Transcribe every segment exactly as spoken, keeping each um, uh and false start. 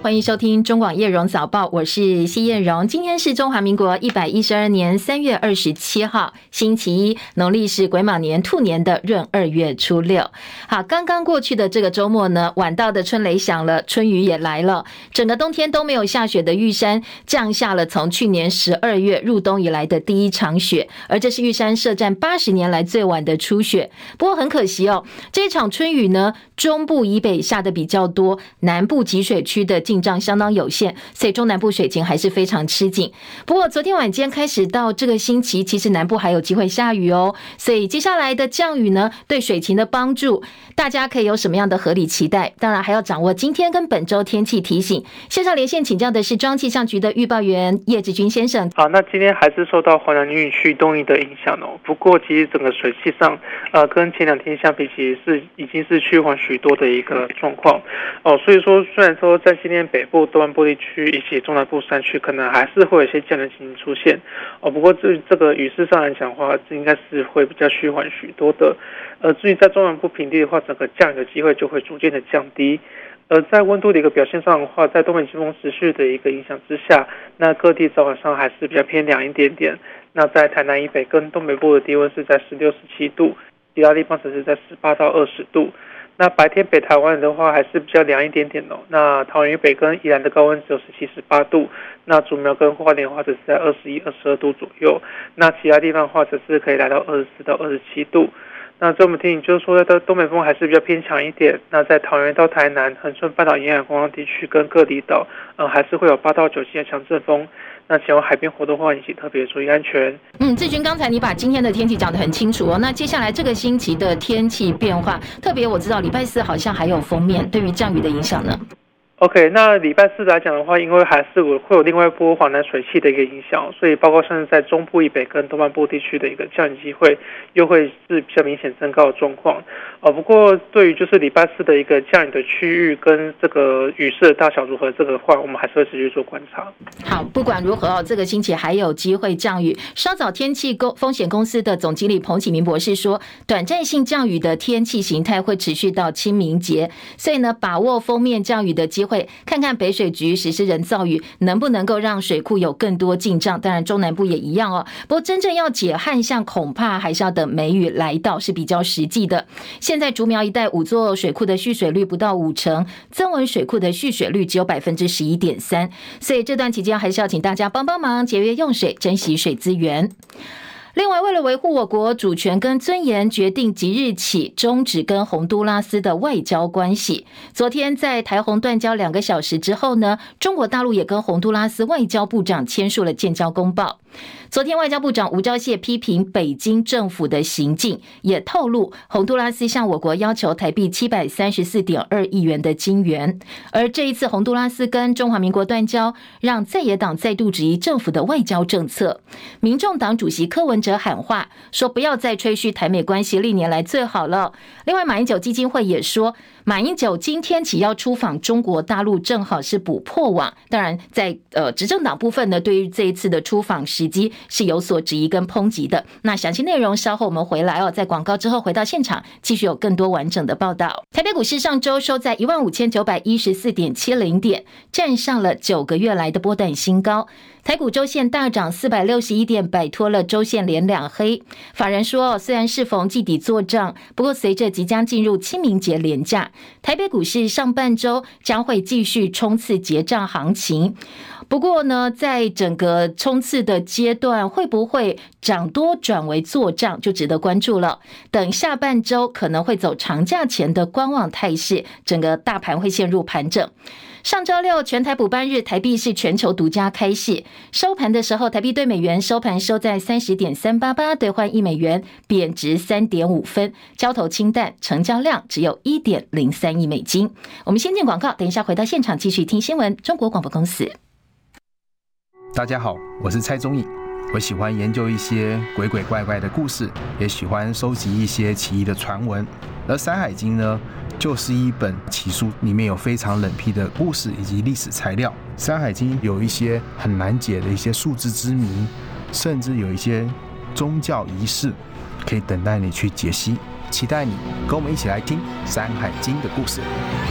欢迎收听中广叶荣早报，我是谢叶荣。今天是中华民国一百一十二年三月二十七号，星期一，农历是癸卯年兔年的闰二月初六。好，刚刚过去的这个周末呢，晚到的春雷响了，春雨也来了，整个冬天都没有下雪的玉山降下了从去年十二月入冬以来的第一场雪，而这是玉山设站八十年来最晚的初雪。不过很可惜哦，这一场春雨呢，中部以北下的比较多，南部集水区的进账相当有限，所以中南部水情还是非常吃紧。不过昨天晚间开始到这个星期，其实南部还有机会下雨哦，所以接下来的降雨呢，对水情的帮助，大家可以有什么样的合理期待？当然还要掌握今天跟本周天气提醒。线上连线请教的是中央气象局的预报员叶志军先生。 好，那今天还是受到华南云区动力的影响哦。不过其实整个水气上，呃，跟前两天相比，其实是已经是趋缓许多的一个状况哦。所以说，虽然说在今天北部、东南部地区以及中南部山区，可能还是会有一些降雨情形出现哦。不过这这个雨势上来讲的话，这应该是会比较趋缓许多的。呃，至于在中南部平地的话，整个降雨的机会就会逐渐的降低。呃，在温度的一个表现上的话，在东北季风持续的一个影响之下，那各地早晚上还是比较偏凉一点点。那在台南以北跟东北部的低温是在十六、十七度，其他地方只是在十八到二十度。那白天北台湾的话还是比较凉一点点哦。那桃园以北跟宜兰的高温只有十七、十八度，那竹苗跟花莲的话只是在二十一、二十二度左右。那其他地方的话只是可以来到二十四到二十七度。那这我们提醒就是说，在东北风还是比较偏强一点。那在桃园到台南、恒春半岛沿海观光地区跟各离岛，呃，还是会有八到九级的强阵风。那前往海边活动的话，请特别注意安全。 嗯，志军，刚才你把今天的天气讲得很清楚哦。那接下来这个星期的天气变化，特别我知道礼拜四好像还有锋面，对于降雨的影响呢 ？OK， 那礼拜四来讲的话，因为还是会有另外一波华南水汽的一个影响，所以包括像是在中部以北跟东半部地区的一个降雨机会，又会是比较明显增高的状况。哦，不过对于就是礼拜四的一个降雨的区域跟这个雨势的大小如何，这个话我们还是会持续做观察。 好，不管如何哦，这个星期还有机会降雨。稍早天气风险公司的总经理彭启明博士说，短暂性降雨的天气形态会持续到清明节，所以呢，把握锋面降雨的机会，看看北水局实施人造雨能不能够让水库有更多进账。当然中南部也一样哦。不过真正要解旱象，恐怕还是要等梅雨来到是比较实际的。现在竹苗一带五座水库的蓄水率不到五成，曾文水库的蓄水率只有 百分之十一点三， 所以这段期间还是要请大家帮帮忙，节约用水，珍惜水资源。另外，为了维护我国主权跟尊严，决定即日起终止跟洪都拉斯的外交关系。昨天在台洪断交两个小时之后呢，中国大陆也跟洪都拉斯外交部长签署了建交公报。昨天外交部长吴钊燮批评北京政府的行径，也透露洪都拉斯向我国要求台币 七百三十四点二亿元的金援。而这一次洪都拉斯跟中华民国断交，让在野党再度质疑政府的外交政策。民众党主席柯文哲喊话说，不要再吹嘘台美关系历年来最好了。另外马英九基金会也说，马英九今天起要出访中国大陆，正好是补破网。当然在呃执政党部分呢，对于这一次的出访时机是有所质疑跟抨击的。那详细内容稍后我们回来哦，在广告之后回到现场，继续有更多完整的报道。台北股市上周收在 一万五千九百一十四点七零 点，站上了九个月来的波段新高。台股周线大涨四百六十一点，摆脱了周线连两黑。法人说，虽然适逢季底作账，不过随着即将进入清明节连假，台北股市上半周将会继续冲刺结账行情。不过呢，在整个冲刺的阶段，会不会涨多转为做账，就值得关注了。等下半周可能会走长假前的观望态势，整个大盘会陷入盘整。上周六全台补班日，台币是全球独家开市，收盘的时候台币对美元收盘收在 三十点三八八， 兑换一美元贬值 三点五分，交投清淡，成交量只有 一点零三亿美金。我们先进广告，等一下回到现场继续听新闻。中国广播公司。 大家好，我是蔡宗义。我喜欢研究一些鬼鬼怪怪的故事，也喜欢收集一些奇异的传闻。而《山海经》呢，就是一本奇书，里面有非常冷僻的故事以及历史材料。《山海经》有一些很难解的一些数字之谜，甚至有一些宗教仪式，可以等待你去解析。期待你跟我们一起来听《山海经》的故事。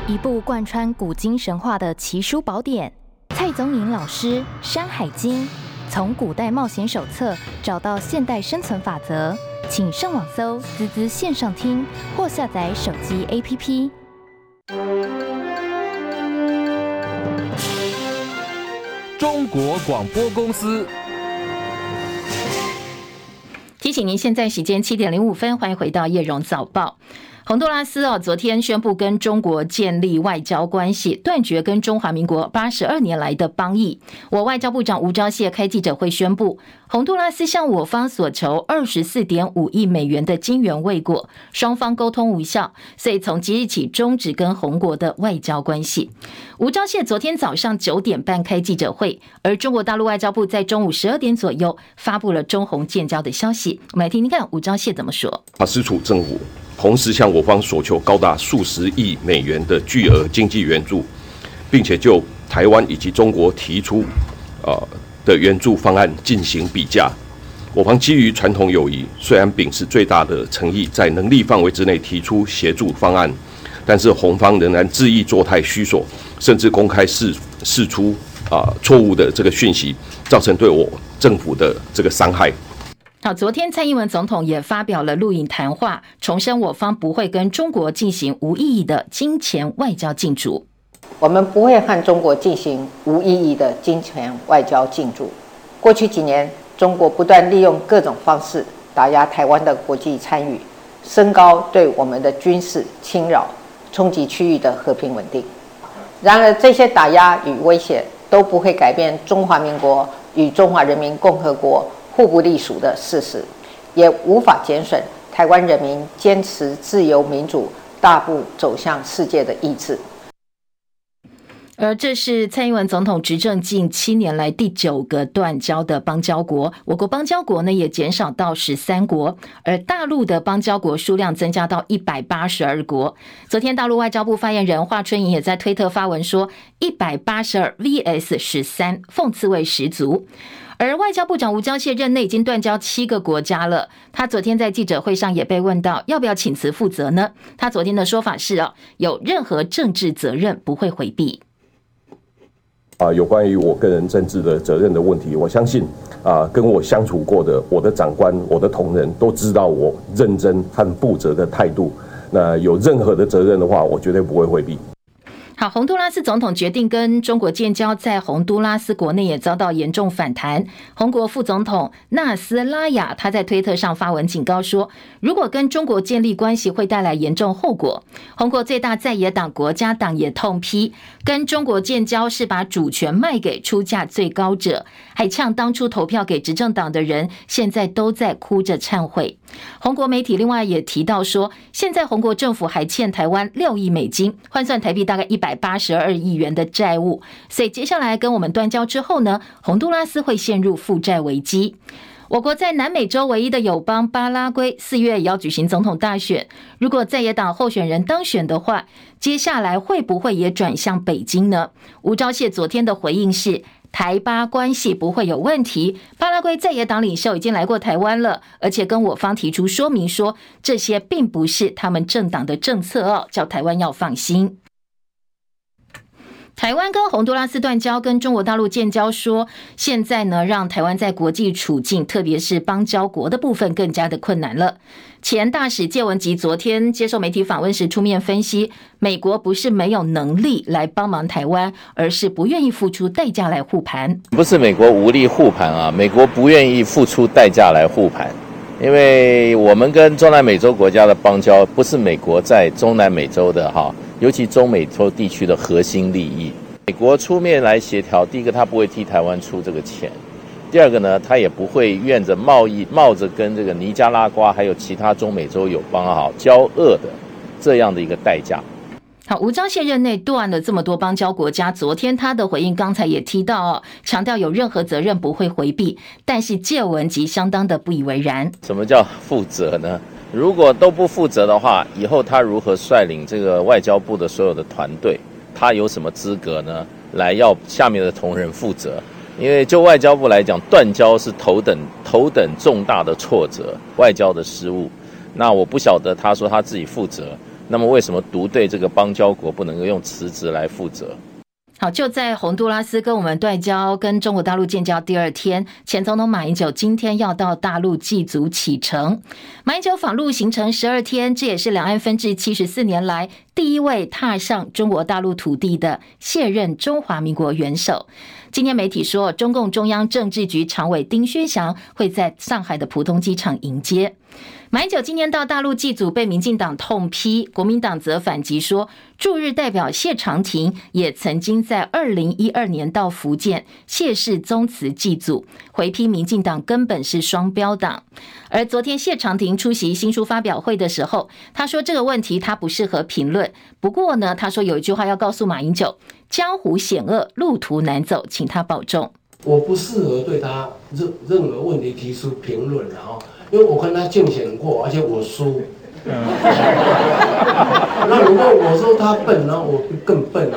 一部贯穿古今神话的奇书宝典，蔡宗颖老师《山海经》，从古代冒险手册找到现代生存法则，请上网搜“滋滋线上听”或下载手机 A P P。 中国广播公司。 提醒您，现在时间七点零五分，欢迎回到叶荣早报。洪都拉斯哦，昨天宣布跟中国建立外交关系，断绝跟中华民国八十二年来的邦谊。我外交部长吴钊燮开记者会宣布，洪都拉斯向我方所求二十四点五亿美元的金援未果，双方沟通无效，所以从即日起终止跟洪国的外交关系。吴钊燮昨天早上九点半开记者会，而中国大陆外交部在中午十二点左右发布了中洪建交的消息。我们来听听看吴钊燮怎么说。 马斯楚政府同时向我方所求高达数十亿美元的巨额经济援助，并且就台湾以及中国提出呃的援助方案进行比价。我方基于传统友谊，虽然秉持最大的诚意，在能力范围之内提出协助方案，但是洪方仍然恣意作态虚索，甚至公开释释出啊错误的这个讯息，造成对我政府的这个伤害。 好，昨天蔡英文总统也发表了录影谈话，重申我方不会跟中国进行无意义的金钱外交竞逐。 我们不会和中国进行无意义的金钱外交竞逐。过去几年，中国不断利用各种方式打压台湾的国际参与，升高对我们的军事侵扰，冲击区域的和平稳定。然而，这些打压与威胁都不会改变中华民国与中华人民共和国互不隶属的事实，也无法减损台湾人民坚持自由民主、大步走向世界的意志。 而这是蔡英文总统执政近七年来第九个断交的邦交国，我国邦交国呢也减少到十三国，而大陆的邦交国数量增加到一百八十二国。昨天大陆外交部发言人华春莹也在推特发文说一百八十二 V S 十三，讽刺味十足。而外交部长吴钊燮任内已经断交七个国家了，他昨天在记者会上也被问到要不要请辞负责呢？他昨天的说法是啊，有任何政治责任不会回避。 啊，有关于我个人政治的责任的问题，我相信啊，跟我相处过的我的长官、我的同仁都知道我认真和负责的态度。那有任何的责任的话，我绝对不会回避。 好，洪都拉斯总统决定跟中国建交，在洪都拉斯国内也遭到严重反弹。洪国副总统纳斯拉雅他在推特上发文警告说，如果跟中国建立关系会带来严重后果。洪国最大在野党国家党也痛批，跟中国建交是把主权卖给出价最高者，还呛当初投票给执政党的人现在都在哭着忏悔。洪国媒体另外也提到说，现在洪国政府还欠台湾六亿美金，换算台币大概一百八十二亿元的债务，所以接下来跟我们断交之后呢，洪都拉斯会陷入负债危机。我国在南美洲唯一的友邦巴拉圭四月也要举行总统大选，如果在野党候选人当选的话，接下来会不会也转向北京呢？吴钊燮昨天的回应是，台巴关系不会有问题，巴拉圭在野党领袖已经来过台湾了，而且跟我方提出说明说，这些并不是他们政党的政策哦，叫台湾要放心。台湾跟洪都拉斯断交，跟中国大陆建交说，现在呢让台湾在国际处境，特别是邦交国的部分更加的困难了。前大使介文吉昨天接受媒体访问时出面分析，美国不是没有能力来帮忙台湾，而是不愿意付出代价来护盘。 不是美国无力护盘啊，美国不愿意付出代价来护盘，因为我们跟中南美洲国家的邦交不是美国在中南美洲的哈，尤其中美洲地区的核心利益。美国出面来协调，第一个他不会替台湾出这个钱，第二个呢，他也不会愿着贸易冒着跟这个尼加拉瓜还有其他中美洲友邦啊交恶的这样的一个代价。 好，吴钊燮任内断了这么多邦交国家，昨天他的回应刚才也提到哦，强调有任何责任不会回避，但是介文吉相当的不以为然。 什么叫负责呢？如果都不负责的话，以后他如何率领这个外交部的所有的团队？他有什么资格呢？来要下面的同仁负责？因为就外交部来讲，断交是头等头等重大的挫折，外交的失误。那我不晓得他说他自己负责， 那么为什么独对这个邦交国不能够用辞职来负责？ 好，就在洪都拉斯跟我们断交，跟中国大陆建交第二天，前总统马英九今天要到大陆祭祖启程。马英九访陆行程十二天，这也是两岸分治七十四年来第一位踏上中国大陆土地的卸任中华民国元首。今天媒体说，中共中央政治局常委丁薛祥会在上海的浦东机场迎接。马英九今年到大陆祭祖被民进党痛批，国民党则反击说，驻日代表谢长廷也曾经在二零一二年到福建谢氏宗祠祭祖，回批民进党根本是双标党。而昨天谢长廷出席新书发表会的时候，他说这个问题他不适合评论，不过呢，他说有一句话要告诉马英九，江湖险恶，路途难走，请他保重。 我不适合对他任任何问题提出评论，然后因为我跟他竞选过，而且我输。嗯、那如果我说他笨，那我更笨啊！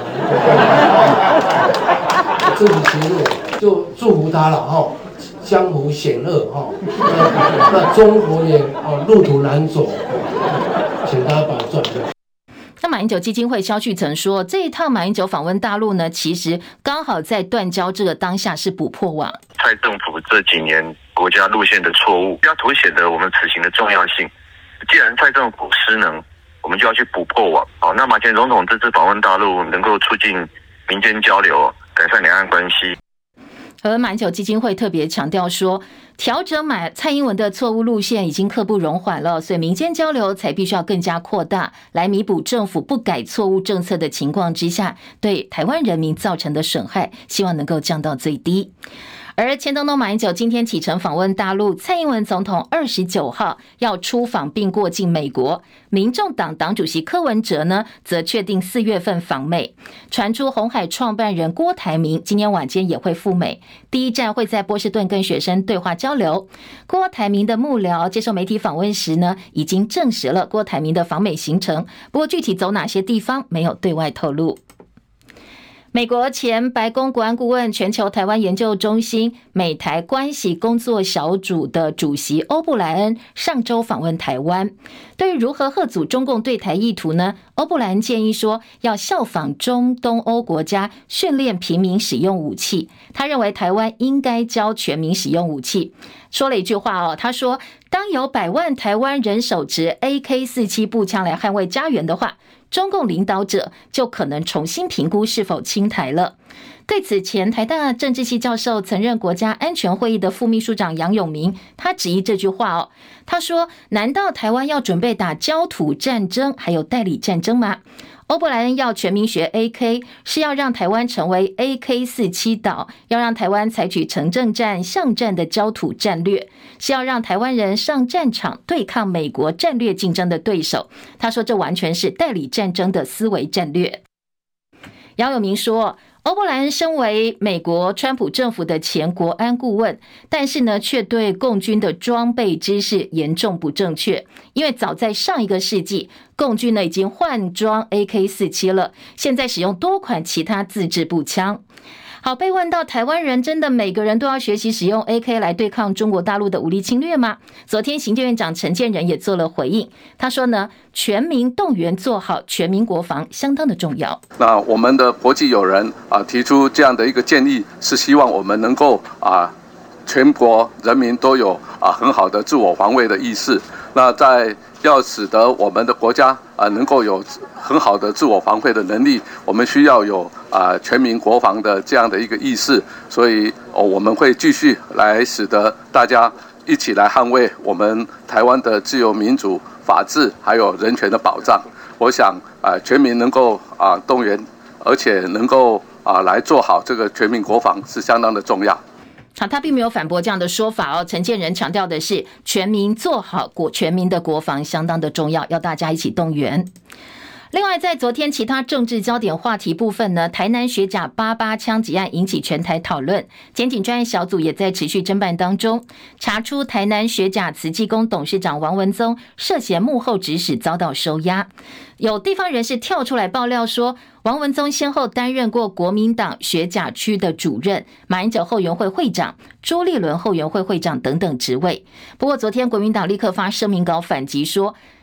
自己其实就祝福他了哈，江湖险恶哈，那, 那中国也哦路途难走，请大家保重。 那马英九基金会萧旭曾说，这一趟马英九访问大陆呢，其实刚好在断交这个当下是补破网。 蔡政府这几年国家路线的错误，要凸显的我们此行的重要性。既然蔡政府失能，我们就要去补破网。好，那马前总统这次访问大陆，能够促进民间交流，改善两岸关系。 而马英九基金会特别强调说，调整马蔡英文的错误路线已经刻不容缓了，所以民间交流才必须要更加扩大，来弥补政府不改错误政策的情况之下对台湾人民造成的损害，希望能够降到最低。而前总统马英九今天启程访问大陆，蔡英文总统二十九号要出访并过境美国，民众党党主席柯文哲呢，则确定四月份访美。传出鸿海创办人郭台铭今天晚间也会赴美，第一站会在波士顿跟学生对话交流。郭台铭的幕僚接受媒体访问时呢，已经证实了郭台铭的访美行程，不过具体走哪些地方没有对外透露。美国前白宫国安顾问、全球台湾研究中心美台关系工作小组的主席欧布莱恩上周访问台湾。对于如何遏阻中共对台意图呢？欧布莱恩建议说，要效仿中东欧国家训练平民使用武器。他认为台湾应该教全民使用武器。说了一句话哦，他说，当有百万台湾人手持 A K 四十七 步枪来捍卫家园的话，中共领导者就可能重新评估是否侵台了。对此，前台大政治系教授、曾任国家安全会议的副秘书长杨永明，他质疑这句话哦。他说：“难道台湾要准备打焦土战争，还有代理战争吗？”欧布莱恩要全民学 A K， 是要让台湾成为 A K 四十七 岛，要让台湾采取城镇战、巷战的焦土战略，是要让台湾人上战场对抗美国战略竞争的对手。他说，这完全是代理战争的思维战略。杨永明说，欧布莱恩身为美国川普政府的前国安顾问，但是呢，却对共军的装备知识严重不正确。因为早在上一个世纪，共军呢已经换装 A K 四十七 了，现在使用多款其他自制步枪。好，被问到台湾人真的每个人都要学习使用 A K 来对抗中国大陆的武力侵略吗？昨天行政院长陈建仁也做了回应，他说呢，全民动员做好全民国防相当的重要。 那我们的国际友人啊提出这样的一个建议，是希望我们能够啊全国人民都有啊很好的自我防卫的意识。那在要使得我们的国家啊能够有很好的自我防卫的能力，我们需要有啊全民国防的这样的一个意识。所以哦我们会继续来使得大家一起来捍卫我们台湾的自由民主、法治还有人权的保障。我想啊全民能够啊动员，而且能够啊来做好这个全民国防是相当的重要。 好，他并没有反驳这样的说法哦。陈建仁强调的是，全民做好国全民的国防相当的重要，要大家一起动员。另外，在昨天其他政治焦点话题部分呢，台南学甲八八枪击案引起全台讨论，检警专案小组也在持续侦办当中，查出台南学甲慈济宫董事长王文宗涉嫌幕后指使遭到收押。有地方人士跳出来爆料说，王文宗先后担任过国民党学甲区的主任、马英九后援会会长、朱立伦后援会会长等等职位。不过昨天国民党立刻发声明稿反击说，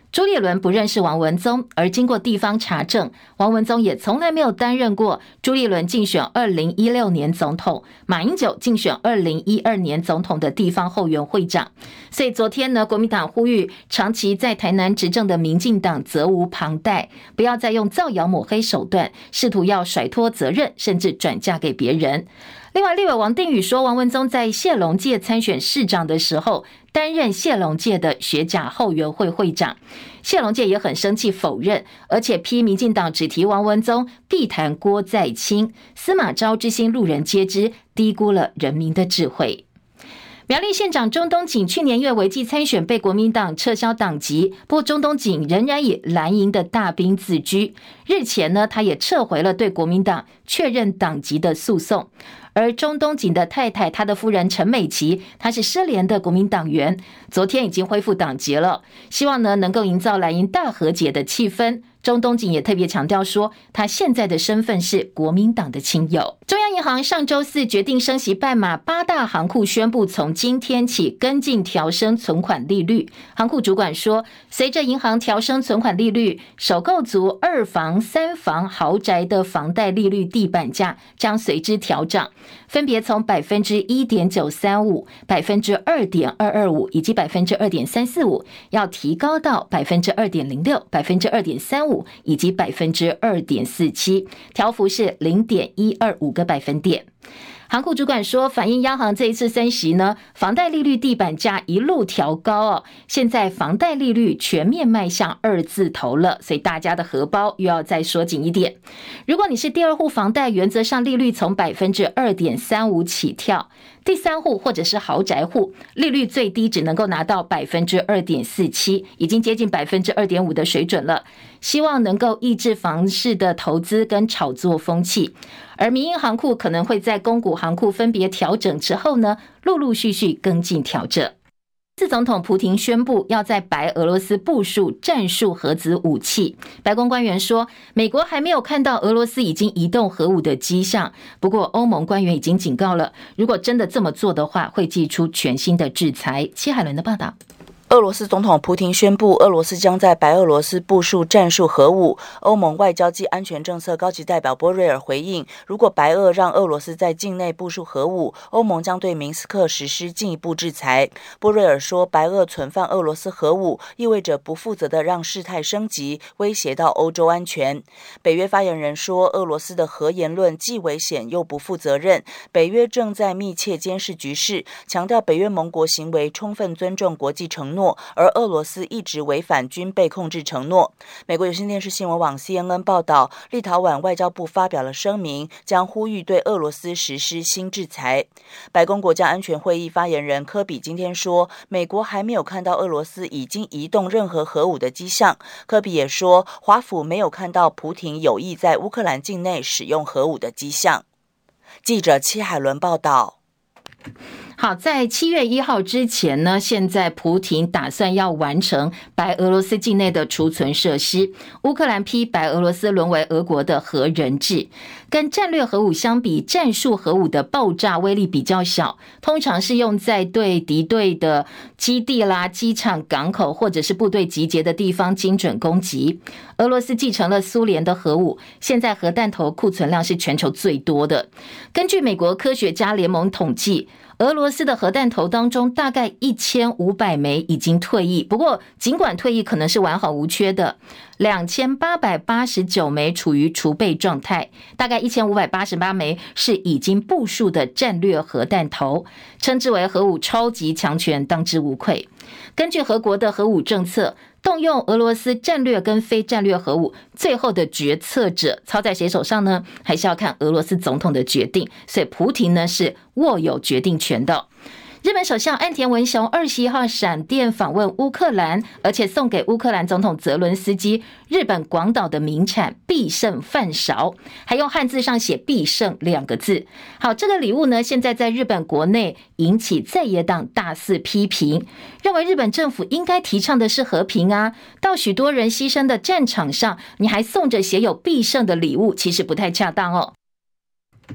朱立伦不认识王文宗，而经过地方查证，王文宗也从来没有担任过朱立伦竞选二零一六年总统、马英九竞选二零一二年总统的地方后援会长。所以昨天呢，国民党呼吁长期在台南执政的民进党责无旁贷，不要再用造谣抹黑手段，试图要甩脱责任，甚至转嫁给别人。另外，立委王定宇说，王文宗在谢龙介参选市长的时候，担任谢龙介的学甲后援会会长。谢龙介也很生气否认，而且批民进党只提王文宗，必谈郭在清，司马昭之心路人皆知，低估了人民的智慧。苗栗县长钟东锦去年月违纪参选，被国民党撤销党籍，不过钟东锦仍然以蓝营的大兵自居。日前呢，他也撤回了对国民党确认党籍的诉讼。而钟东锦的太太，他的夫人陈美琪，她是失联的国民党员，昨天已经恢复党籍了，希望呢能够营造蓝营大和解的气氛。钟东锦也特别强调说，他现在的身份是国民党的亲友。中央银行上周四决定升息半码，八大行库宣布从今天起跟进调升存款利率。行库主管说，随着银行调升存款利率，首购族二房、三房豪宅的房贷利率地板价将随之调涨，分别从百分之一点九三五、百分之二点二二五以及百分之二点三四五，要提高到百分之二点零六、百分之二点三五以及百分之二点四七，调幅是零点一二五个百分点。行库主管说，反映央行这一次升息呢，房贷利率地板价一路调高哦，现在房贷利率全面迈向二字头了，所以大家的荷包又要再缩紧一点。如果你是第二户房贷，原则上利率从百分之二点三五起跳，第三户或者是豪宅户，利率最低只能够拿到百分之二点四七，已经接近百分之二点五的水准了。希望能够抑制房市的投资跟炒作风气。而民营行库可能会在公股行库分别调整之后呢，陆陆续续跟进调整。次总统普亭宣布要在白俄罗斯部署战术核子武器。白宫官员说，美国还没有看到俄罗斯已经移动核武的迹象，不过欧盟官员已经警告了，如果真的这么做的话，会祭出全新的制裁。戚海伦的报道。 俄罗斯总统普亭宣布，俄罗斯将在白俄罗斯部署战术核武。欧盟外交及安全政策高级代表波瑞尔回应，如果白俄让俄罗斯在境内部署核武，欧盟将对明斯克实施进一步制裁。波瑞尔说，白俄存放俄罗斯核武，意味着不负责的让事态升级，威胁到欧洲安全。北约发言人说，俄罗斯的核言论既危险又不负责任，北约正在密切监视局势，强调北约盟国行为充分尊重国际承诺，而俄罗斯一直违反军备控制承诺。美国有线电视新闻网 C N N 报道，立陶宛外交部发表了声明，将呼吁对俄罗斯实施新制裁。白宫国家安全会议发言人科比今天说，美国还没有看到俄罗斯已经移动任何核武的迹象。科比也说，华府没有看到普亭有意在乌克兰境内使用核武的迹象。记者戚海伦报道。 好，在七月一号之前呢，现在普亭打算要完成白俄罗斯境内的储存设施。乌克兰批白俄罗斯沦为俄国的核人质。跟战略核武相比，战术核武的爆炸威力比较小，通常是用在对敌对的基地啦、机场、港口或者是部队集结的地方精准攻击。俄罗斯继承了苏联的核武，现在核弹头库存量是全球最多的。根据美国科学家联盟统计，俄罗斯的核弹头当中大概一千五百枚已经退役，不过尽管退役可能是完好无缺的，两千八百八十九枚处于储备状态，大概一千五百八十八枚是已经部署的战略核弹头，称之为核武超级强权，当之无愧。根据俄国的核武政策，动用俄罗斯战略跟非战略核武，最后的决策者操在谁手上呢？还是要看俄罗斯总统的决定，所以普亭呢是握有决定权的。日本首相岸田文雄二十一号闪电访问乌克兰，而且送给乌克兰总统泽伦斯基日本广岛的名产必胜饭勺，还用汉字上写必胜两个字。好，这个礼物呢，现在在日本国内引起在野党大肆批评，认为日本政府应该提倡的是和平啊，到许多人牺牲的战场上，你还送着写有必胜的礼物，其实不太恰当哦。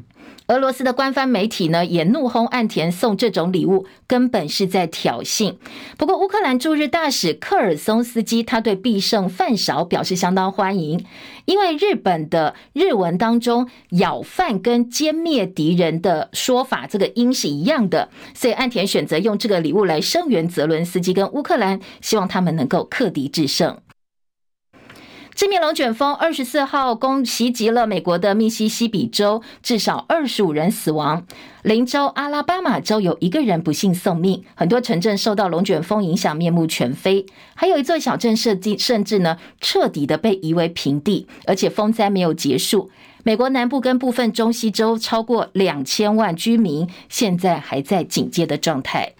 俄罗斯的官方媒体呢也怒轰岸田送这种礼物根本是在挑衅。不过乌克兰驻日大使科尔松斯基他对必胜饭勺表示相当欢迎，因为日本的日文当中咬饭跟歼灭敌人的说法这个音是一样的，所以岸田选择用这个礼物来声援泽伦斯基跟乌克兰，希望他们能够克敌制胜。致命龙卷风二十四号攻袭击了美国的密西西比州，至少二十五人死亡。邻州阿拉巴马州有一个人不幸送命，很多城镇受到龙卷风影响面目全非，还有一座小镇甚至呢彻底的被夷为平地，而且风灾没有结束。美国南部跟部分中西州超过两千万居民现在还在警戒的状态。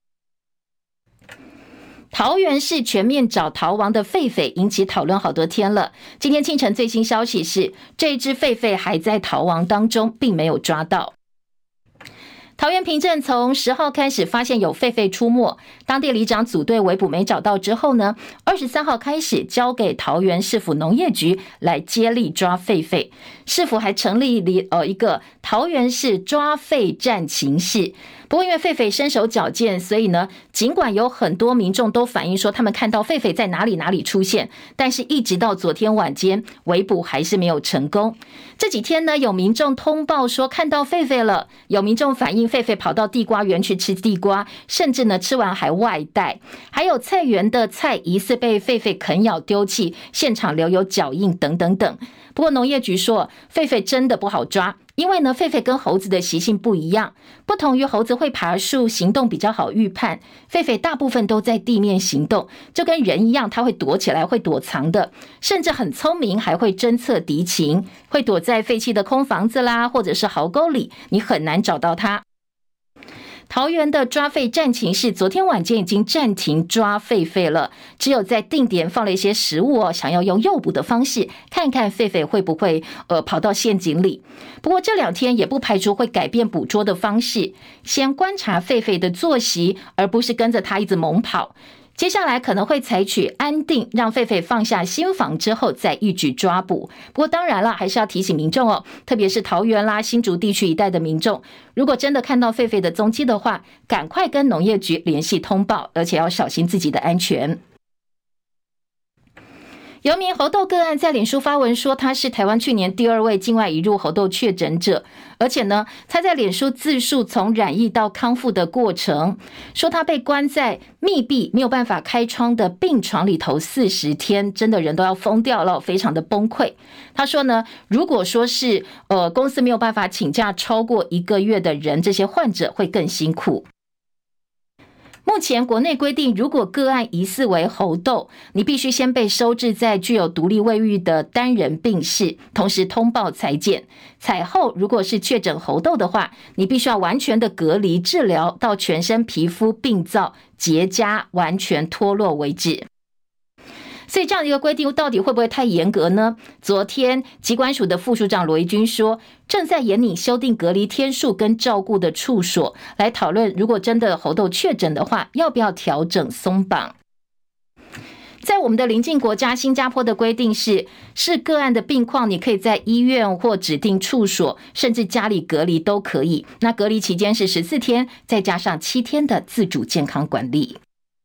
桃园市全面找逃亡的狒狒引起讨论好多天了。今天清晨最新消息是，这只狒狒还在逃亡当中，并没有抓到。桃园平镇从十号开始发现有狒狒出没，当地里长组队围捕没找到之后呢，二十三号开始交给桃园市府农业局来接力抓狒狒。市府还成立了呃一个桃园市抓狒战情室。不过因为狒狒身手矫健，所以呢，尽管有很多民众都反映说他们看到狒狒在哪里哪里出现，但是一直到昨天晚间围捕还是没有成功。这几天呢，有民众通报说看到狒狒了，有民众反映狒狒跑到地瓜园去吃地瓜，甚至呢吃完还外带，还有菜园的菜疑似被狒狒啃咬丢弃，现场留有脚印等等等。不过农业局说，狒狒真的不好抓，因为呢，狒狒跟猴子的习性不一样，不同于猴子会爬树，行动比较好预判，狒狒大部分都在地面行动，就跟人一样，它会躲起来，会躲藏的，甚至很聪明，还会侦测敌情，会躲在废弃的空房子啦，或者是壕沟里，你很难找到它。桃园的抓狒战情室昨天晚间已经暂停抓狒狒了，只有在定点放了一些食物哦，想要用诱捕的方式看看狒狒会不会呃跑到陷阱里。不过这两天也不排除会改变捕捉的方式，先观察狒狒的作息，而不是跟着它一直猛跑。接下来可能会采取安定，让狒狒放下心防之后再一举抓捕。不过当然了，还是要提醒民众哦，特别是桃园啦、新竹地区一带的民众，如果真的看到狒狒的踪迹的话，赶快跟农业局联系通报，而且要小心自己的安全。有名猴痘个案在脸书发文说，他是台湾去年第二位境外移入猴痘确诊者，而且呢，他在脸书自述从染疫到康复的过程，说他被关在密闭没有办法开窗的病床里头四十天，真的人都要疯掉了，非常的崩溃。他说呢，如果说是呃公司没有办法请假超过一个月的人，这些患者会更辛苦。目前国内规定，如果个案疑似为猴痘，你必须先被收治在具有独立卫浴的单人病室，同时通报采检。采后如果是确诊猴痘的话，你必须要完全的隔离治疗，到全身皮肤病灶结痂完全脱落为止。所以这样的一个规定到底会不会太严格呢？昨天疾管署的副署长罗宜君说，正在研拟修订隔离天数跟照顾的处所，来讨论如果真的猴痘确诊的话，要不要调整松绑。在我们的邻近国家新加坡的规定是，是个案的病况，你可以在医院或指定处所，甚至家里隔离都可以。那隔离期间是十四天，再加上七天的自主健康管理。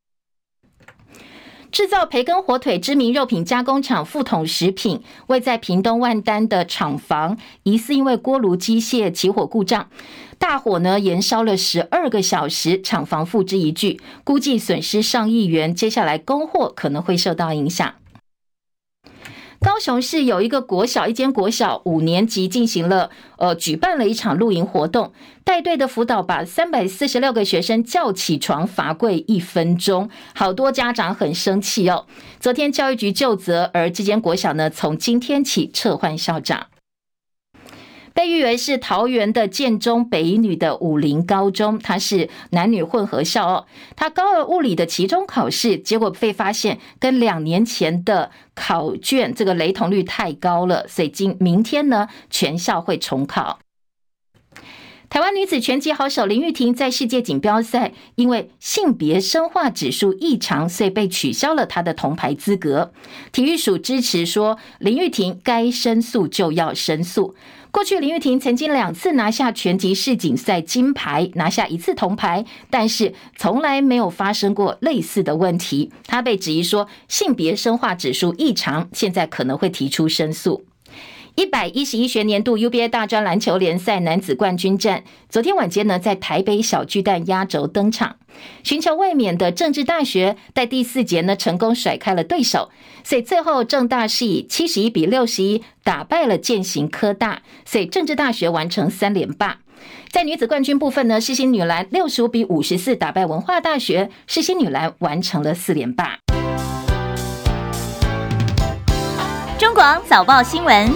制造培根火腿知名肉品加工厂富统食品，位在屏东万丹的厂房，疑似因为锅炉机械起火故障，大火呢延烧了十二个小时，厂房付之一炬，估计损失上亿元，接下来供货可能会受到影响。高雄市有一个国小，一间国小五年级进行了呃举办了一场露营活动，带队的辅导把三百四十六个学生叫起床罚跪一分钟，好多家长很生气哦。昨天教育局究责，而这间国小呢从今天起撤换校长。被誉为是桃园的建中北一女的武陵高中，它是男女混合校哦。它高二物理的期中考试，结果被发现跟两年前的考卷这个雷同率太高了，所以今明天呢全校会重考。 台湾女子拳击好手林玉婷在世界锦标赛因为性别生化指数异常，所以被取消了她的铜牌资格。体育署支持说，林玉婷该申诉就要申诉。过去林玉婷曾经两次拿下拳击世锦赛金牌，拿下一次铜牌，但是从来没有发生过类似的问题。她被质疑说性别生化指数异常，现在可能会提出申诉。一百一十一学年度 U B A 大专篮球联赛男子冠军战，昨天晚间呢，在台北小巨蛋压轴登场。寻求卫冕的政治大学在第四节呢，成功甩开了对手，所以最后政大是以七十一比六十一打败了健行科大，所以政治大学完成三连霸。在女子冠军部分呢，世新女篮六十五比五十四打败文化大学，世新女篮完成了四连霸。 中广早报新闻。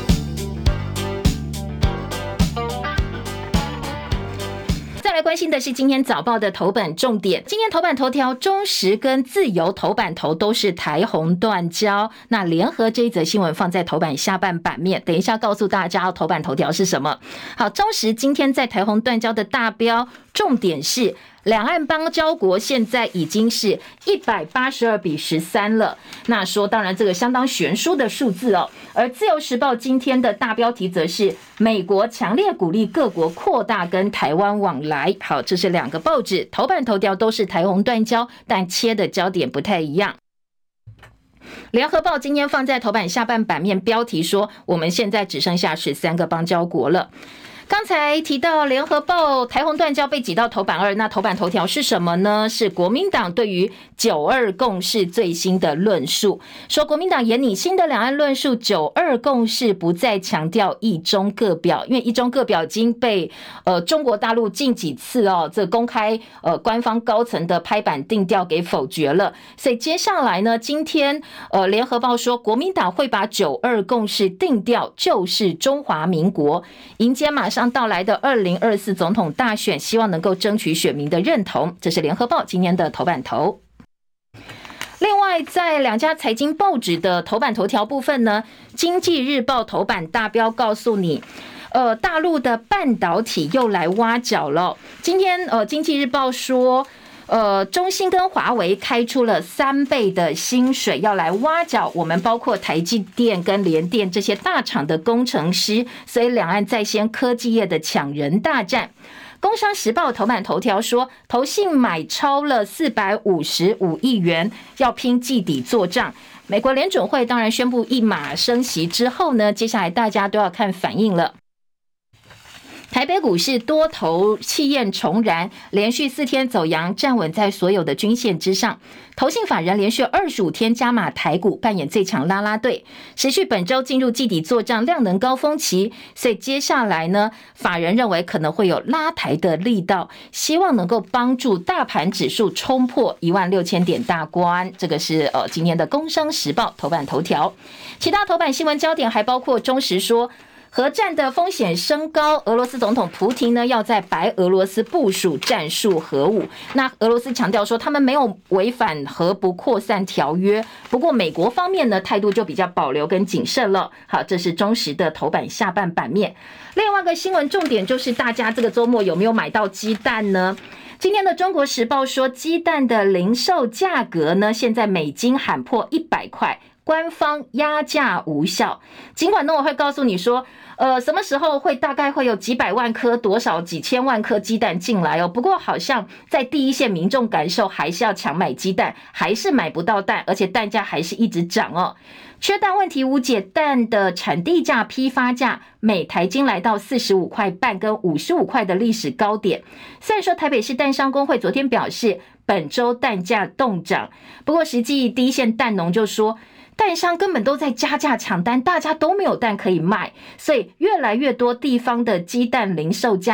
再来关心的是今天早报的头版重点。今天头版头条，中时跟自由头版头都是台红断交。那联合这一则新闻放在头版下半版面，等一下告诉大家头版头条是什么。好，中时今天在台红断交的大标，重点是两岸邦交国现在已经是一百八十二比十三了。那说当然这个相当悬殊的数字哦。而自由时报今天的大标题则是美国强烈鼓励各国扩大跟台湾往来。好，这是两个报纸头版头条都是台红断交，但切的焦点不太一样。联合报今天放在头版下半版面，标题说我们现在只剩下十三个邦交国了。刚才提到联合报台红断交被挤到头版二，那头版头条是什么呢？是国民党对于九二共识最新的论述，说国民党研拟新的两岸论述，九二共识不再强调一中各表，因为一中各表已经被呃中国大陆近几次哦这公开呃官方高层的拍板定调给否决了，所以接下来呢，今天呃联合报说国民党会把九二共识定调就是中华民国，迎接马上到来的二零二四总统大选，希望能够争取选民的认同。这是联合报今天的头版头。另外，在两家财经报纸的头版头条部分呢，经济日报头版大标告诉你，呃，大陆的半导体又来挖角了。今天，呃，经济日报说，呃，中兴跟华为开出了三倍的薪水，要来挖角我们包括台积电跟联电这些大厂的工程师，所以两岸在先科技业的抢人大战。工商时报头版头条说，投信买超了四百五十五亿元，要拼季底做账。美国联准会当然宣布一码升息之后呢，接下来大家都要看反应了。台北股市多头气焰重燃，连续四天走阳，站稳在所有的均线之上。投信法人连续二十五天加码台股，扮演最强啦啦队，持续本周进入季底作账量能高峰期，所以接下来呢，法人认为可能会有拉抬的力道，希望能够帮助大盘指数冲破一万六千点大关。这个是呃今天的工商时报头版头条。其他头版新闻焦点还包括中时说，核战的风险升高，俄罗斯总统普亭呢要在白俄罗斯部署战术核武。那俄罗斯强调说他们没有违反核不扩散条约，不过美国方面呢态度就比较保留跟谨慎了。好，这是中时的头版下半版面。另外一个新闻重点就是大家这个周末有没有买到鸡蛋呢？今天的中国时报说，鸡蛋的零售价格呢现在每斤喊破一百块。官方压价无效，尽管呢我会告诉你说，呃，什么时候会大概会有几百万颗、多少几千万颗鸡蛋进来哦。不过好像在第一线民众感受还是要抢买鸡蛋，还是买不到蛋，而且蛋价还是一直涨哦。缺蛋问题无解，蛋的产地价、批发价每台斤来到四十五块半跟五十五块的历史高点。虽然说台北市蛋商工会昨天表示本周蛋价动涨，不过实际第一线蛋农就说，蛋商根本都在加价抢单，大家都没有蛋可以卖，所以越来越多地方的鸡蛋零售价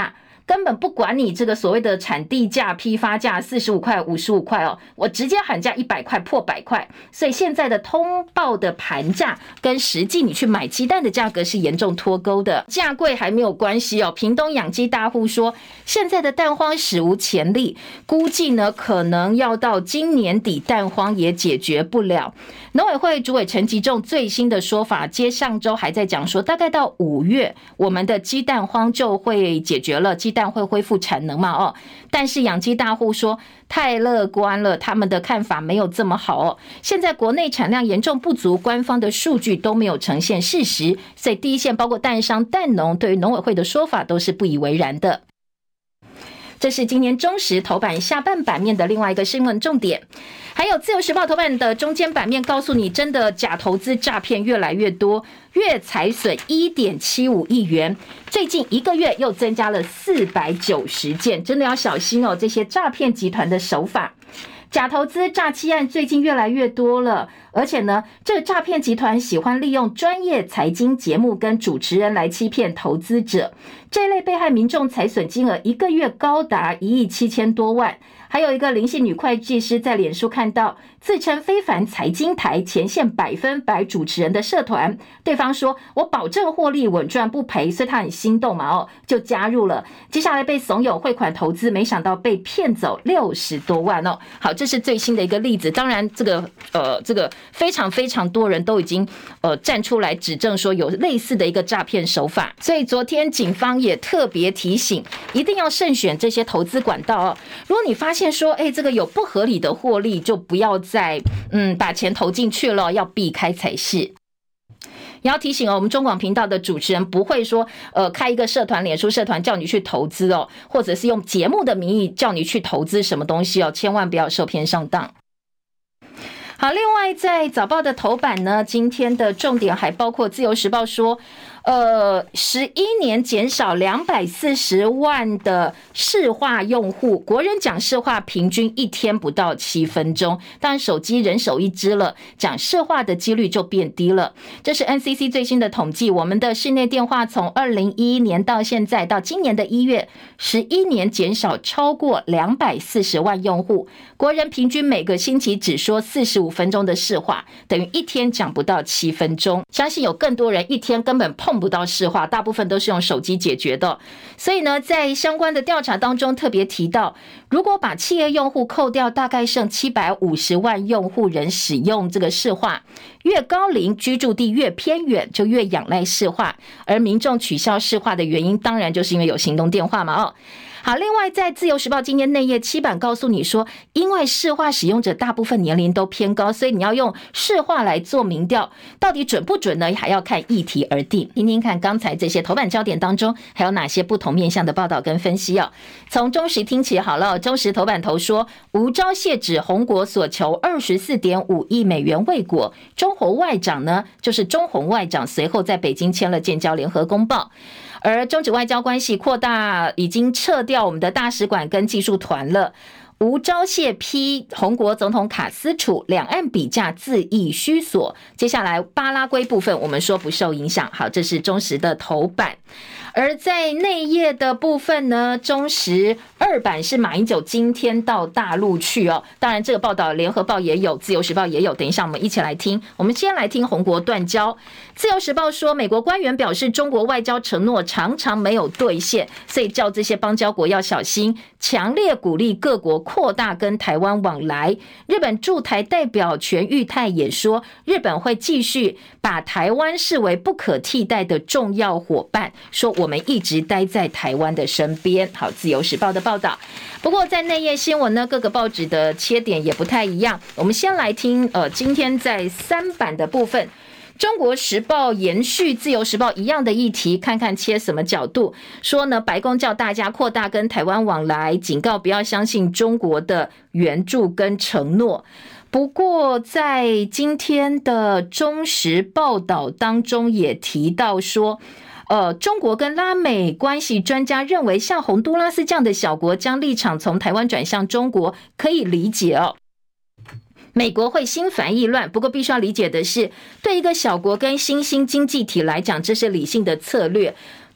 根本不管你这个所谓的产地价、批发价四十五块、五十五块哦，我直接喊价一百块，破百块。所以现在的通报的盘价跟实际你去买鸡蛋的价格是严重脱钩的，价贵还没有关系哦。屏东养鸡大户说，现在的蛋荒史无前例，估计呢可能要到今年底蛋荒也解决不了。农委会主委陈吉仲最新的说法，接上周还在讲说，大概到五月我们的鸡蛋荒就会解决了，鸡蛋会恢复产能嘛哦。但是养鸡大户说太乐观了，他们的看法没有这么好哦。现在国内产量严重不足，官方的数据都没有呈现事实，所以第一线包括蛋商、蛋农对于农委会的说法都是不以为然的。这是今年中时头版下半版面的另外一个新闻重点，还有自由时报头版的中间版面告诉你，真的假投资诈骗越来越多，月财损 一点七五亿元，最近一个月又增加了四百九十件，真的要小心哦，这些诈骗集团的手法。假投资诈欺案最近越来越多了，而且呢，这个诈骗集团喜欢利用专业财经节目跟主持人来欺骗投资者。这类被害民众财损金额一个月高达一亿七千多万。还有一个林姓女会计师在脸书看到自称非凡财经台前线百分百主持人的社团，对方说我保证获利稳赚不赔，所以他很心动嘛哦，就加入了。接下来被怂恿汇款投资，没想到被骗走六十多万哦。好，这是最新的一个例子。当然，这个呃，这个非常非常多人都已经呃站出来指证说有类似的一个诈骗手法，所以昨天警方也特别提醒，一定要慎选这些投资管道哦。如果你发现说，哎，这个有不合理的获利，就不要再嗯把钱投进去了，要避开才是。也要提醒哦，我们中广频道的主持人不会说，呃，开一个社团、脸书社团叫你去投资哦，或者是用节目的名义叫你去投资什么东西哦，千万不要受骗上当。好，另外在早报的头版呢，今天的重点还包括自由时报说，呃，十一年减少两百四十万的市话用户，国人讲市话平均一天不到七分钟，当然手机人手一支了，讲市话的几率就变低了。这是 N C C 最新的统计，我们的室内电话从二零一一年到现在到今年的一月，十一年减少超过两百四十万用户，国人平均每个星期只说四十五分钟的市话，等于一天讲不到七分钟。相信有更多人一天根本碰不到市话，大部分都是用手机解决的。所以呢，在相关的调查当中特别提到，如果把企业用户扣掉，大概剩七百五十万用户人使用这个市话。越高龄居住地越偏远，就越仰赖市话，而民众取消市话的原因，当然就是因为有行动电话嘛哦。好，另外在自由时报今天内页七版告诉你说，因为市话使用者大部分年龄都偏高，所以你要用市话来做民调，到底准不准呢？还要看议题而定。听听看刚才这些头版焦点当中还有哪些不同面向的报道跟分析哦。从中时听起好了，中时头版头说，吴钊燮指宏国所求 二十四点五亿美元未果，中宏外长呢，就是中宏外长随后在北京签了建交联合公报。而中指外交关系扩大，已经撤掉我们的大使馆跟技术团了。吴钊燮批宏国总统卡斯楚两岸比价恣意虚索。接下来巴拉圭部分我们说不受影响。好，这是中时的头版。而在内页的部分呢，中时二版是马英九今天到大陆去哦。当然这个报道联合报也有，自由时报也有，等一下我们一起来听。我们先来听宏国断交。自由时报说，美国官员表示中国外交承诺常常没有兑现，所以叫这些邦交国要小心，强烈鼓励各国扩大跟台湾往来。日本驻台代表全玉泰也说，日本会继续把台湾视为不可替代的重要伙伴，说我们一直待在台湾的身边。好，自由时报的报道。不过在内页新闻呢，各个报纸的切点也不太一样。我们先来听呃，今天在三版的部分，中国时报延续自由时报一样的议题，看看切什么角度。说呢，白宫叫大家扩大跟台湾往来，警告不要相信中国的援助跟承诺。不过在今天的中时报道当中也提到说，呃，中国跟拉美关系专家认为，像洪都拉斯这样的小国将立场从台湾转向中国，可以理解哦。美国会心烦意乱，不过必须要理解的是，对一个小国跟新兴经济体来讲，这是理性的策略。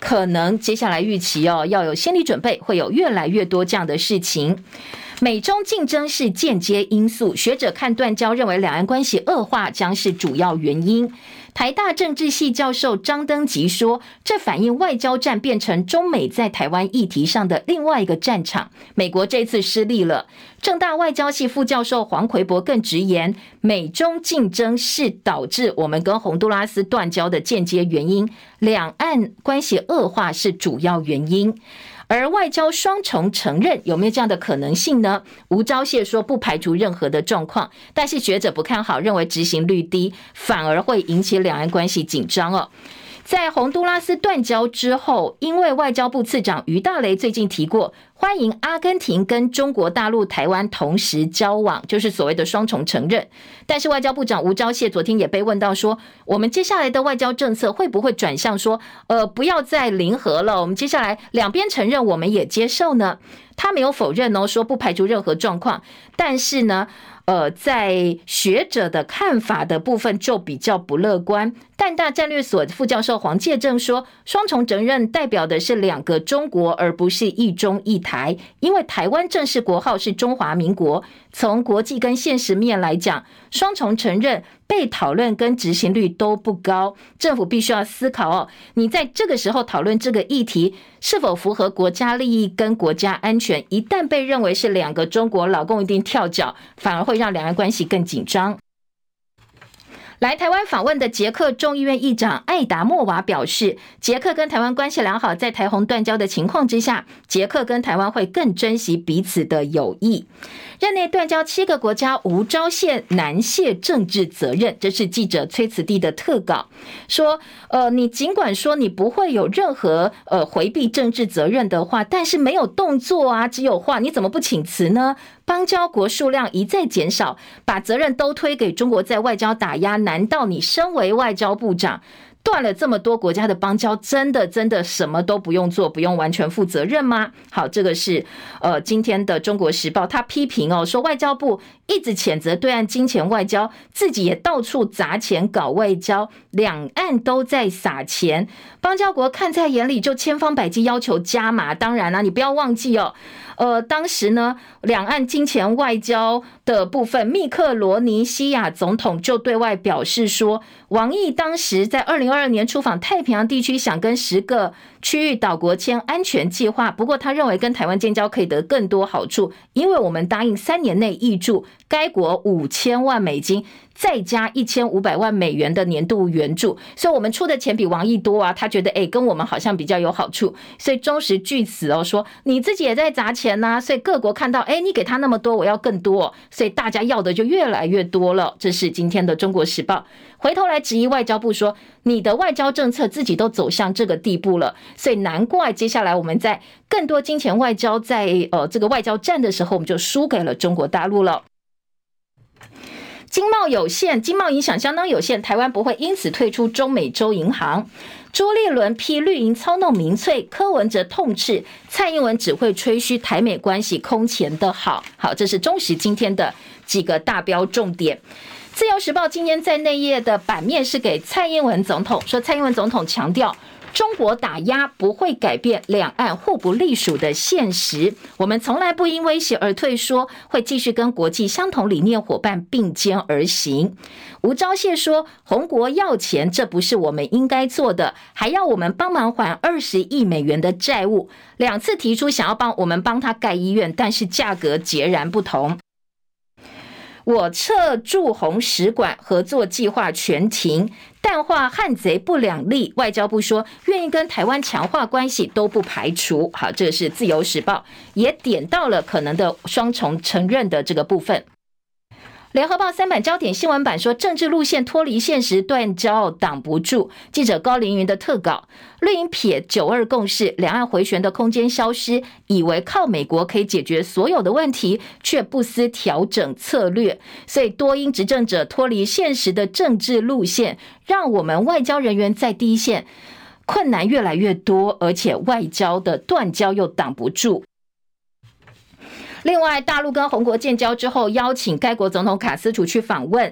可能接下来预期哦要有心理准备，会有越来越多这样的事情。美中竞争是间接因素，学者看断交认为两岸关系恶化将是主要原因。台大政治系教授张登吉说，这反映外交战变成中美在台湾议题上的另外一个战场，美国这次失利了。政大外交系副教授黄奎博更直言，美中竞争是导致我们跟洪都拉斯断交的间接原因，两岸关系恶化是主要原因。而外交双重承认有没有这样的可能性呢？吴钊燮说不排除任何的状况，但是学者不看好，认为执行率低，反而会引起两岸关系紧张哦。在洪都拉斯断交之后，因为外交部次长于大雷最近提过，欢迎阿根廷跟中国大陆台湾同时交往，就是所谓的双重承认。但是外交部长吴钊燮昨天也被问到说，我们接下来的外交政策会不会转向说呃，不要再零和了，我们接下来两边承认我们也接受呢？他没有否认哦，说不排除任何状况，但是呢呃，在学者的看法的部分就比较不乐观。淡大战略所副教授黄介正说，双重承认代表的是两个中国，而不是一中一台，因为台湾正式国号是中华民国。从国际跟现实面来讲，双重承认被讨论跟执行率都不高，政府必须要思考哦，你在这个时候讨论这个议题是否符合国家利益跟国家安全，一旦被认为是两个中国，老共一定跳脚，反而会让两岸关系更紧张。来台湾访问的捷克众议院议长艾达莫娃表示，捷克跟台湾关系良好，在台洪断交的情况之下，捷克跟台湾会更珍惜彼此的友谊。任内断交七个国家吴钊燮难卸政治责任，这是记者崔慈地的特稿说，呃，你尽管说你不会有任何呃回避政治责任的话，但是没有动作啊，只有话，你怎么不请辞呢？邦交国数量一再减少，把责任都推给中国在外交打压，难道你身为外交部长断了这么多国家的邦交，真的真的什么都不用做，不用完全负责任吗？好，这个是呃今天的中国时报，他批评哦，说外交部一直谴责对岸金钱外交，自己也到处砸钱搞外交，两岸都在撒钱，邦交国看在眼里就千方百计要求加码。当然啦、啊，你不要忘记哦，呃，当时呢，两岸金钱外交的部分，密克罗尼西亚总统就对外表示说，王毅当时在二零二二年出访太平洋地区，想跟十个区域岛国签安全计划，不过他认为跟台湾建交可以得更多好处，因为我们答应三年内挹注该国五千万美金，再加一千五百万美元的年度援助，所以我们出的钱比王毅多啊，他觉得哎，跟我们好像比较有好处，所以中时据此哦说，你自己也在砸钱呐、啊，所以各国看到哎，你给他那么多，我要更多，所以大家要的就越来越多了。这是今天的中国时报回头来质疑外交部说，你的外交政策自己都走向这个地步了，所以难怪接下来我们在更多金钱外交在呃这个外交战的时候，我们就输给了中国大陆了。经贸有限，经贸影响相当有限，台湾不会因此退出中美洲银行。朱立伦批绿营操弄民粹，柯文哲痛斥蔡英文只会吹嘘台美关系空前的好。好，这是中时今天的几个大标重点。自由时报今天在内页的版面是给蔡英文总统，说蔡英文总统强调，中国打压不会改变两岸互不隶属的现实，我们从来不因威胁而退缩，会继续跟国际相同理念伙伴并肩而行。吴钊燮说，宏国要钱，这不是我们应该做的，还要我们帮忙还二十亿美元的债务，两次提出想要帮我们帮他盖医院，但是价格截然不同。我撤驻宏使馆合作计划全停，淡化汉贼不两立，外交部说愿意跟台湾强化关系都不排除。好，这是自由时报也点到了可能的双重承认的这个部分。联合报三版焦点新闻版说，政治路线脱离现实，断交挡不住。记者高凌云的特稿，绿营撇九二共识，两岸回旋的空间消失，以为靠美国可以解决所有的问题，却不思调整策略。所以多因执政者脱离现实的政治路线，让我们外交人员在第一线困难越来越多，而且外交的断交又挡不住。另外，大陆跟宏国建交之后，邀请该国总统卡斯楚去访问。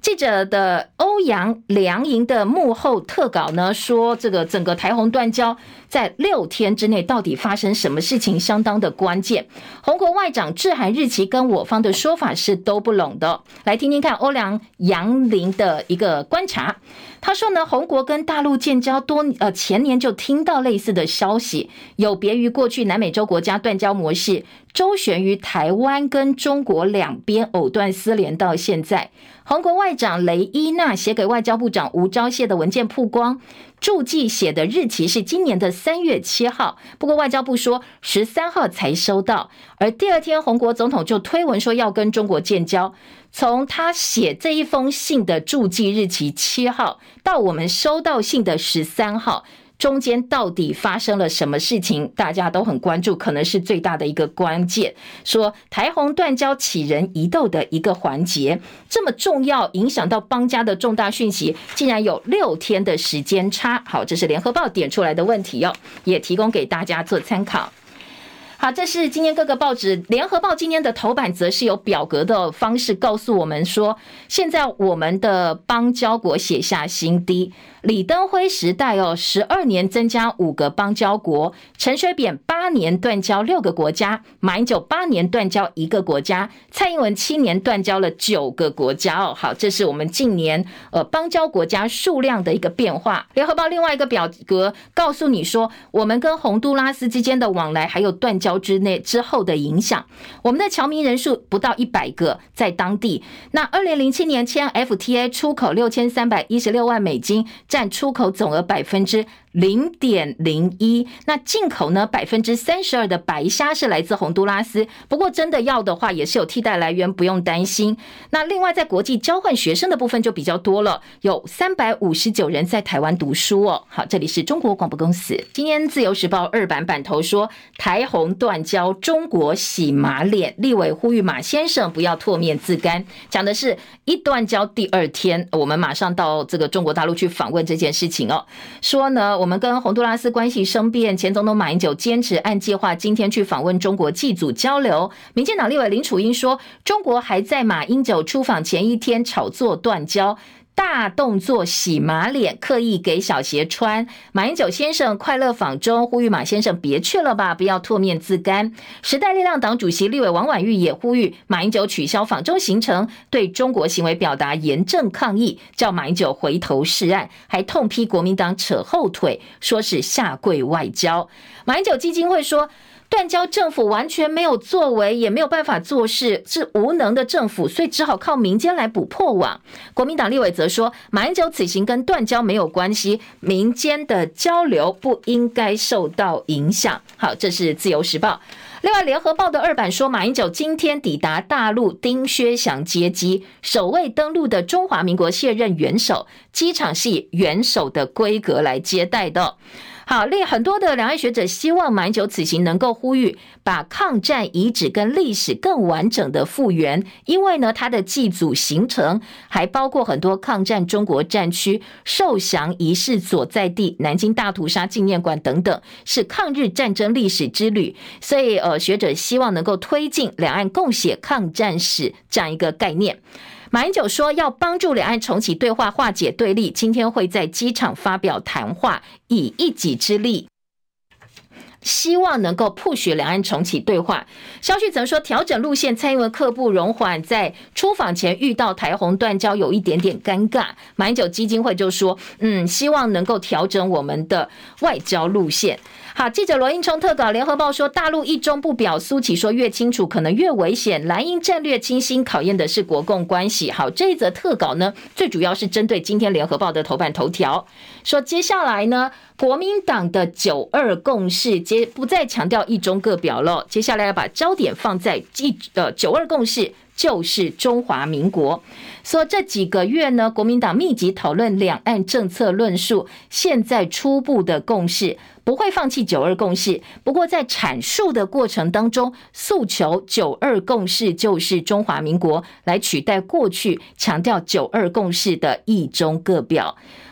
记者的欧阳良营的幕后特稿呢说，这个整个台红断交在六天之内到底发生什么事情相当的关键。红国外长致函日期跟我方的说法是都不拢的。来听听看欧阳杨林的一个观察。他说呢，红国跟大陆建交多呃前年就听到类似的消息，有别于过去南美洲国家断交模式，周旋于台湾跟中国两边藕断丝连到现在。红国外长雷伊娜写给外交部长吴钊燮的文件曝光，注记写的日期是今年的三月七号，不过外交部说十三号才收到，而第二天红国总统就推文说要跟中国建交。从他写这一封信的注记日期七号到我们收到信的十三号，中间到底发生了什么事情，大家都很关注，可能是最大的一个关键。说台红断交起人疑窦的一个环节，这么重要，影响到邦家的重大讯息，竟然有六天的时间差。好，这是联合报点出来的问题哦，也提供给大家做参考。好，这是今天各个报纸。联合报今天的头版则是有表格的方式告诉我们说，现在我们的邦交国写下新低。李登辉时代哦，十二年增加五个邦交国；陈水扁八年断交六个国家；马英九八年断交一个国家；蔡英文七年断交了九个国家哦。好，这是我们近年呃邦交国家数量的一个变化。联合报另外一个表格告诉你说，我们跟洪都拉斯之间的往来还有断交之内之后的影响。我们的侨民人数不到一百个在当地。那二零零七年签 F T A 出口六千三百一十六万美金。占出口总额百分之零点零一，那进口呢百分之三十二的白虾是来自洪都拉斯，不过真的要的话也是有替代来源，不用担心。那另外在国际交换学生的部分就比较多了，有三百五十九人在台湾读书哦。好，这里是中国广播公司。今天自由时报二版版头说，台红断交，中国洗马脸，立委呼吁马先生不要唾面自干，讲的是一断交第二天，我们马上到这个中国大陆去访问这件事情哦，说呢，我们跟洪都拉斯关系生变，前总统马英九坚持按计划今天去访问中国祭祖交流。民进党立委林楚英说，中国还在马英九出访前一天炒作断交。大动作洗马脸，刻意给小鞋穿。马英九先生快乐访中，呼吁马先生别去了吧，不要唾面自干。时代力量党主席立委王婉玉也呼吁马英九取消访中行程，对中国行为表达严正抗议，叫马英九回头是岸，还痛批国民党扯后腿，说是下跪外交。马英九基金会说，断交政府完全没有作为，也没有办法做事，是无能的政府，所以只好靠民间来补破网。国民党立委则说，马英九此行跟断交没有关系，民间的交流不应该受到影响。好，这是自由时报。另外，联合报的二版说，马英九今天抵达大陆丁薛祥接机，首位登陆的中华民国卸任元首，机场是以元首的规格来接待的。好，另很多的两岸学者希望马英九此行能够呼吁把抗战遗址跟历史更完整的复原，因为呢，他的祭祖行程还包括很多抗战中国战区受降仪式所在地南京大屠杀纪念馆等等，是抗日战争历史之旅，所以呃，学者希望能够推进两岸共写抗战史这样一个概念。马英九说要帮助两岸重启对话，化解对立，今天会在机场发表谈话，以一己之力希望能够push两岸重启对话。消息曾说调整路线，蔡英文刻不容缓，在出访前遇到台红断交有一点点尴尬，马英九基金会就说嗯，希望能够调整我们的外交路线。好，记者罗英冲特稿，联合报说，大陆一中不表，苏起说越清楚可能越危险，蓝营战略清晰，考验的是国共关系。好，这一则特稿呢，最主要是针对今天联合报的头版头条，说接下来呢，国民党的九二共识接不再强调一中各表了，接下来要把焦点放在一呃九二共识就是中华民国。说这几个月呢，国民党密集讨论两岸政策论述，现在初步的共识不会放弃九二共识，不过在阐述的过程当中，诉求九二共识就是中华民国，来取代过去强调九二共识的一中各表。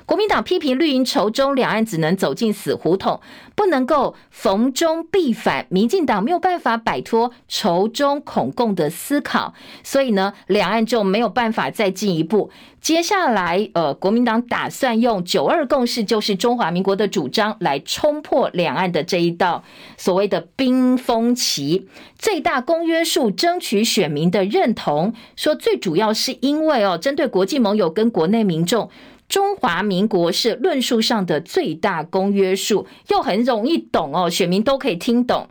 国民党批评绿营仇中两岸只能走进死胡同，不能够逢中必反，民进党没有办法摆脱仇中恐共的思考，所以呢，两岸就没有办法再进一步。接下来，呃，国民党打算用九二共识，就是中华民国的主张，来冲破两岸的这一道所谓的冰封期，最大公约数，争取选民的认同。说最主要是因为哦，针对国际盟友跟国内民众，中华民国是论述上的最大公约数，又很容易懂哦，选民都可以听懂。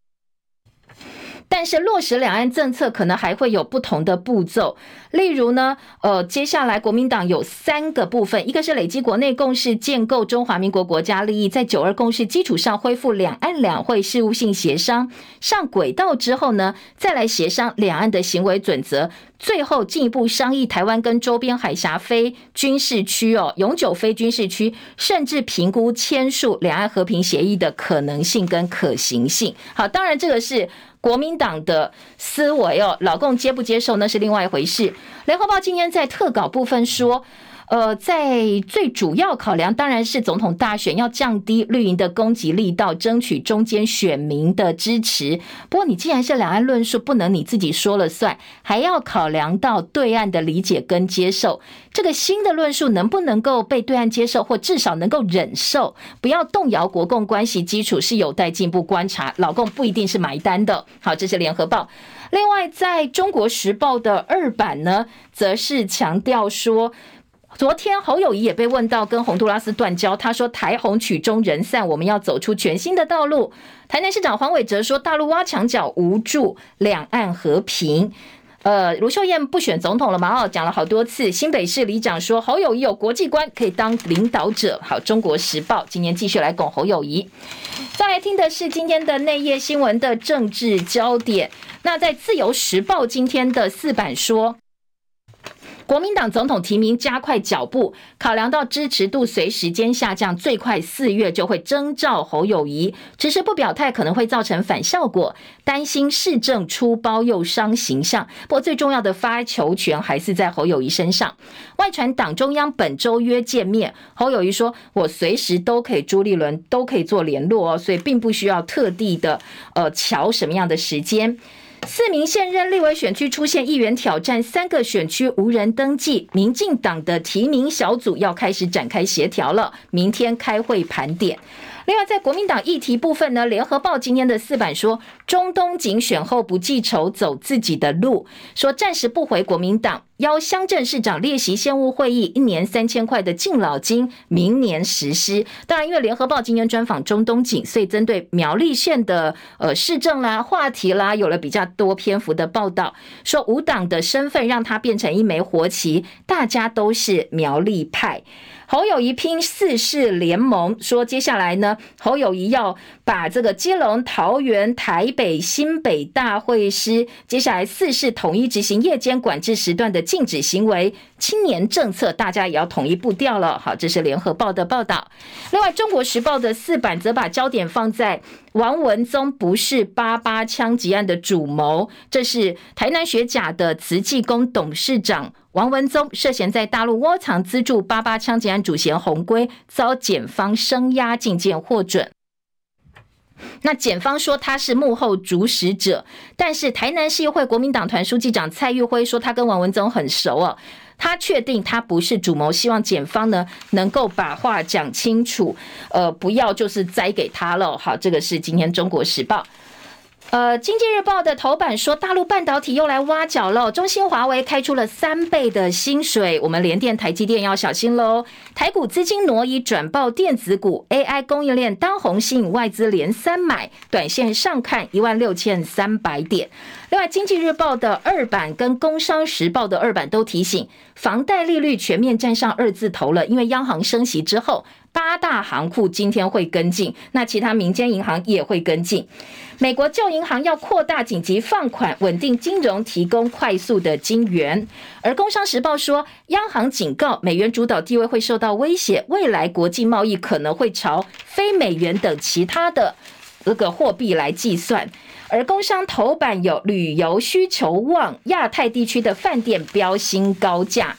但是落实两岸政策可能还会有不同的步骤，例如呢，呃，接下来国民党有三个部分，一个是累积国内共识，建构中华民国国家利益，在九二共识基础上恢复两岸两会事务性协商，上轨道之后呢，再来协商两岸的行为准则，最后进一步商议台湾跟周边海峡非军事区哦，永久非军事区，甚至评估签署两岸和平协议的可能性跟可行性。好，当然这个是国民党的思维哦，老共接不接受那是另外一回事。联合报今天在特稿部分说，呃，在最主要考量当然是总统大选要降低绿营的攻击力道，争取中间选民的支持。不过你既然是两岸论述，不能你自己说了算，还要考量到对岸的理解跟接受。这个新的论述能不能够被对岸接受，或至少能够忍受，不要动摇国共关系基础，是有待进一步观察。老共不一定是买单的。好，这是联合报。另外，在中国时报的二版呢，则是强调说，昨天侯友宜也被问到跟洪都拉斯断交，他说台红曲终人散，我们要走出全新的道路。台南市长黄伟哲说，大陆挖墙脚无助两岸和平。呃，卢秀燕不选总统了嘛？哦，讲了好多次。新北市里长说侯友宜有国际观，可以当领导者。好，中国时报今年继续来拱侯友宜。再来听的是今天的内页新闻的政治焦点。那在自由时报今天的四版说，国民党总统提名加快脚步，考量到支持度随时间下降，最快四月就会征召侯友宜。迟迟不表态可能会造成反效果，担心市政出包又伤形象。不过最重要的发球权还是在侯友宜身上。外传党中央本周约见面，侯友宜说：“我随时都可以，朱立伦都可以做联络哦，所以并不需要特地的呃瞧什么样的时间。”四名现任立委选区出现议员挑战，三个选区无人登记，民进党的提名小组要开始展开协调了，明天开会盘点。另外，在国民党议题部分呢，联合报今天的四版说，中东锦选后不记仇，走自己的路，说暂时不回国民党，邀乡镇市长列席县务会议，一年三千块的敬老金，明年实施。当然，因为联合报今天专访中东锦，所以针对苗栗县的呃市政啦、话题啦，有了比较多篇幅的报道，说无党的身份让他变成一枚国旗，大家都是苗栗派。侯友宜拼四市联盟，说接下来呢，侯友宜要把这个基隆、桃园、台北、新北大会师，接下来四市统一执行夜间管制时段的禁止行为，青年政策大家也要统一步调了。好，这是联合报的报道。另外，中国时报的四版则把焦点放在王文宗不是八八枪击案的主谋，这是台南学甲的慈济宫董事长王文宗涉嫌在大陆窝藏资助八八枪击案主嫌洪圭，遭检方声押禁见获准。那检方说他是幕后主使者，但是台南市议会国民党团书记长蔡玉辉说他跟王文宗很熟哦，他确定他不是主谋，希望检方呢能够把话讲清楚，呃，不要就是栽给他了。好，这个是今天中国时报。呃，经济日报的头版说，大陆半导体又来挖角了，中兴、华为开出了三倍的薪水，我们联电、台积电要小心喽。台股资金挪移转爆电子股 ，A I 供应链当红，吸引外资连三买，短线上看一万六千三百点。另外，经济日报的二版跟工商时报的二版都提醒，房贷利率全面站上二字头了，因为央行升息之后，八大行库今天会跟进，那其他民间银行也会跟进。美国旧银行要扩大紧急放款，稳定金融，提供快速的金援。而工商时报说，央行警告美元主导地位会受到威胁，未来国际贸易可能会朝非美元等其他的这个货币来计算。而工商头版有旅游需求旺，亚太地区的饭店飙新高价。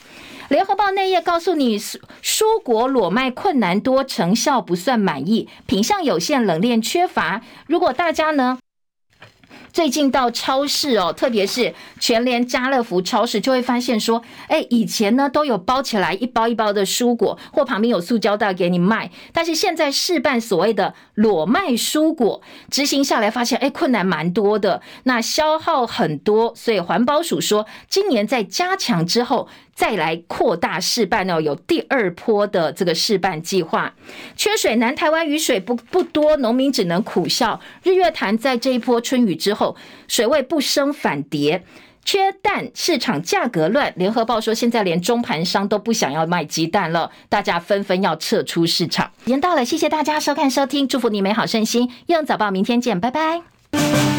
联合报内页告诉你，蔬果裸卖困难多，成效不算满意，品项有限，冷链缺乏。如果大家呢最近到超市哦，特别是全联、家乐福超市，就会发现说，哎，以前呢都有包起来一包一包的蔬果，或旁边有塑胶袋给你卖，但是现在试办所谓的裸卖蔬果，执行下来发现，哎，困难蛮多的，那消耗很多，所以环保署说，今年在加强之后，再来扩大试办哦，有第二波的这个试办计划。缺水，南台湾雨水不不多，农民只能苦笑。日月潭在这一波春雨之后，水位不升反跌。缺蛋，市场价格乱。联合报说，现在连中盘商都不想要卖鸡蛋了，大家纷纷要撤出市场。时间到了，谢谢大家收看收听，祝福你美好顺心。用早报，明天见，拜拜。